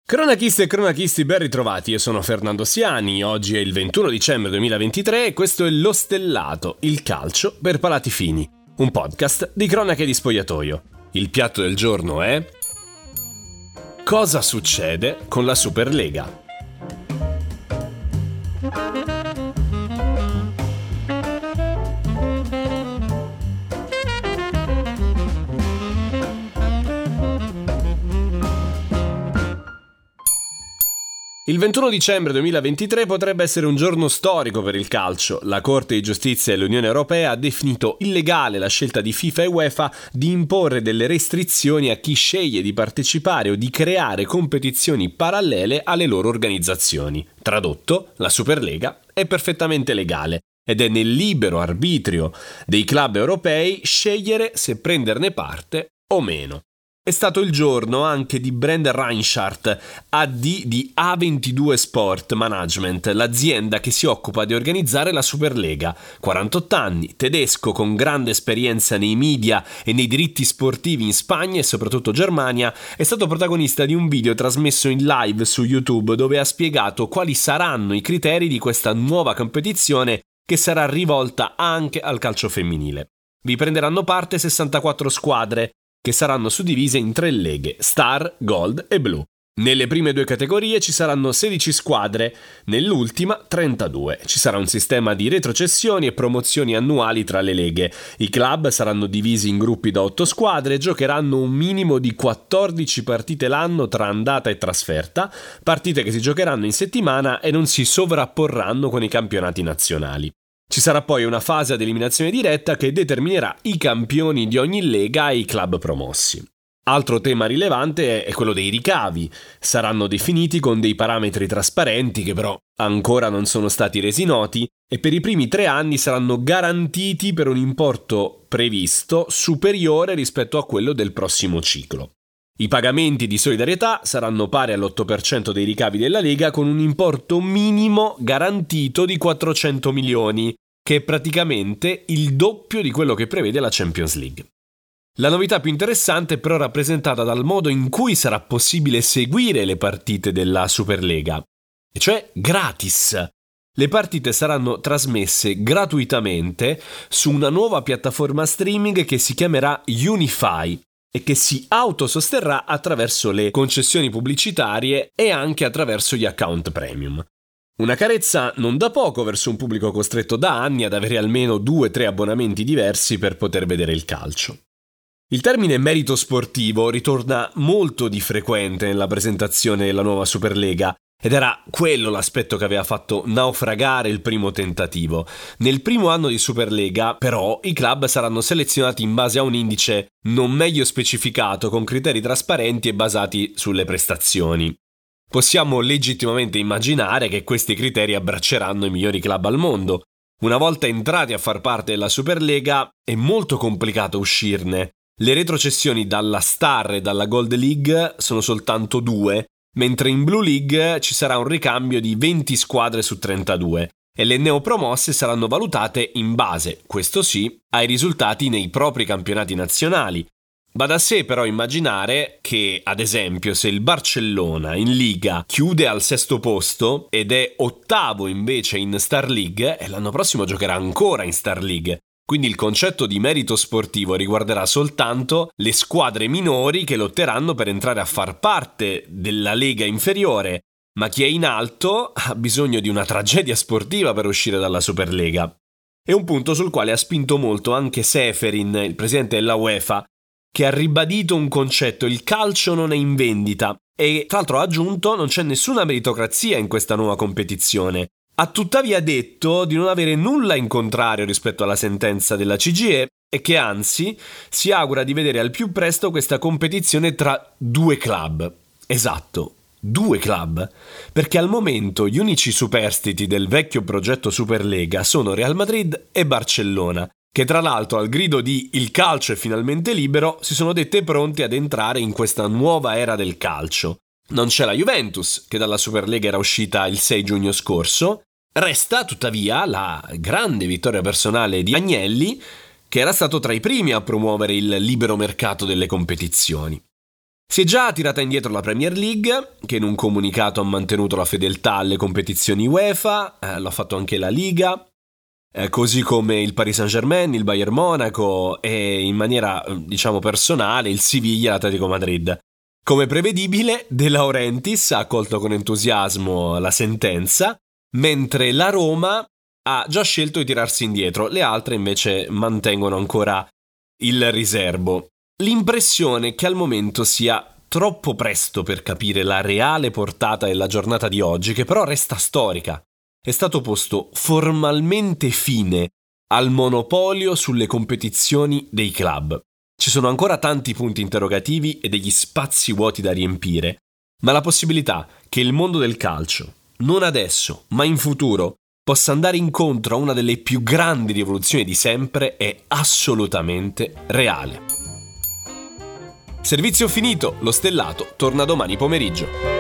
Cronachiste e cronachisti, ben ritrovati, io sono Fernando Siani, oggi è il 21 dicembre 2023 e questo è Lo Stellato, il calcio per palati fini, un podcast di cronache di spogliatoio. Il piatto del giorno è... Cosa succede con la Superlega? Il 21 dicembre 2023 potrebbe essere un giorno storico per il calcio. La Corte di Giustizia dell'Unione Europea ha definito illegale la scelta di FIFA e UEFA di imporre delle restrizioni a chi sceglie di partecipare o di creare competizioni parallele alle loro organizzazioni. Tradotto, la Superlega è perfettamente legale ed è nel libero arbitrio dei club europei scegliere se prenderne parte o meno. È stato il giorno anche di Brand Reinhardt, AD di A22 Sport Management, l'azienda che si occupa di organizzare la Superlega. 48 anni, tedesco con grande esperienza nei media e nei diritti sportivi in Spagna e soprattutto Germania, è stato protagonista di un video trasmesso in live su YouTube dove ha spiegato quali saranno i criteri di questa nuova competizione che sarà rivolta anche al calcio femminile. Vi prenderanno parte 64 squadre, che saranno suddivise in 3 leghe, Star, Gold e Blue. Nelle prime 2 categorie ci saranno 16 squadre, nell'ultima 32. Ci sarà un sistema di retrocessioni e promozioni annuali tra le leghe. I club saranno divisi in gruppi da 8 squadre e giocheranno un minimo di 14 partite l'anno tra andata e trasferta, partite che si giocheranno in settimana e non si sovrapporranno con i campionati nazionali. Ci sarà poi una fase ad eliminazione diretta che determinerà i campioni di ogni lega e i club promossi. Altro tema rilevante è quello dei ricavi. Saranno definiti con dei parametri trasparenti che però ancora non sono stati resi noti e per i primi 3 anni saranno garantiti per un importo previsto superiore rispetto a quello del prossimo ciclo. I pagamenti di solidarietà saranno pari all'8% dei ricavi della Lega con un importo minimo garantito di 400 milioni, che è praticamente il doppio di quello che prevede la Champions League. La novità più interessante è però rappresentata dal modo in cui sarà possibile seguire le partite della Superlega, e cioè gratis. Le partite saranno trasmesse gratuitamente su una nuova piattaforma streaming che si chiamerà Unify e che si autososterrà attraverso le concessioni pubblicitarie e anche attraverso gli account premium. Una carezza non da poco verso un pubblico costretto da anni ad avere almeno 2-3 abbonamenti diversi per poter vedere il calcio. Il termine merito sportivo ritorna molto di frequente nella presentazione della nuova Superlega ed era quello l'aspetto che aveva fatto naufragare il primo tentativo. Nel primo anno di Superlega, però, i club saranno selezionati in base a un indice non meglio specificato con criteri trasparenti e basati sulle prestazioni. Possiamo legittimamente immaginare che questi criteri abbracceranno i migliori club al mondo. Una volta entrati a far parte della Superlega è molto complicato uscirne. Le retrocessioni dalla Star e dalla Gold League sono soltanto 2, mentre in Blue League ci sarà un ricambio di 20 squadre su 32 e le neopromosse saranno valutate in base, questo sì, ai risultati nei propri campionati nazionali. Va da sé però immaginare che, ad esempio, se il Barcellona in Liga chiude al 6° posto ed è 8° invece in Star League, l'anno prossimo giocherà ancora in Star League. Quindi il concetto di merito sportivo riguarderà soltanto le squadre minori che lotteranno per entrare a far parte della lega inferiore, ma chi è in alto ha bisogno di una tragedia sportiva per uscire dalla Superlega. È un punto sul quale ha spinto molto anche Seferin, il presidente della UEFA, che ha ribadito un concetto: il calcio non è in vendita, e tra l'altro ha aggiunto non c'è nessuna meritocrazia in questa nuova competizione. Ha tuttavia detto di non avere nulla in contrario rispetto alla sentenza della CGE e che anzi si augura di vedere al più presto questa competizione tra 2 club. Esatto, 2 club, perché al momento gli unici superstiti del vecchio progetto Superlega sono Real Madrid e Barcellona, che tra l'altro al grido di "il calcio è finalmente libero" si sono dette pronti ad entrare in questa nuova era del calcio. Non c'è la Juventus, che dalla Superlega era uscita il 6 giugno scorso. Resta tuttavia la grande vittoria personale di Agnelli, che era stato tra i primi a promuovere il libero mercato delle competizioni. Si è già tirata indietro la Premier League, che in un comunicato ha mantenuto la fedeltà alle competizioni UEFA, l'ha fatto anche la Liga, così come il Paris Saint-Germain, il Bayern Monaco e in maniera, personale, il Siviglia e l'Atletico Madrid. Come prevedibile, De Laurentiis ha accolto con entusiasmo la sentenza, mentre la Roma ha già scelto di tirarsi indietro, le altre invece mantengono ancora il riserbo. L'impressione è che al momento sia troppo presto per capire la reale portata della giornata di oggi, che però resta storica. È stato posto formalmente fine al monopolio sulle competizioni dei club. Ci sono ancora tanti punti interrogativi e degli spazi vuoti da riempire, ma la possibilità che il mondo del calcio, non adesso, ma in futuro, possa andare incontro a una delle più grandi rivoluzioni di sempre è assolutamente reale. Servizio finito, lo stellato torna domani pomeriggio.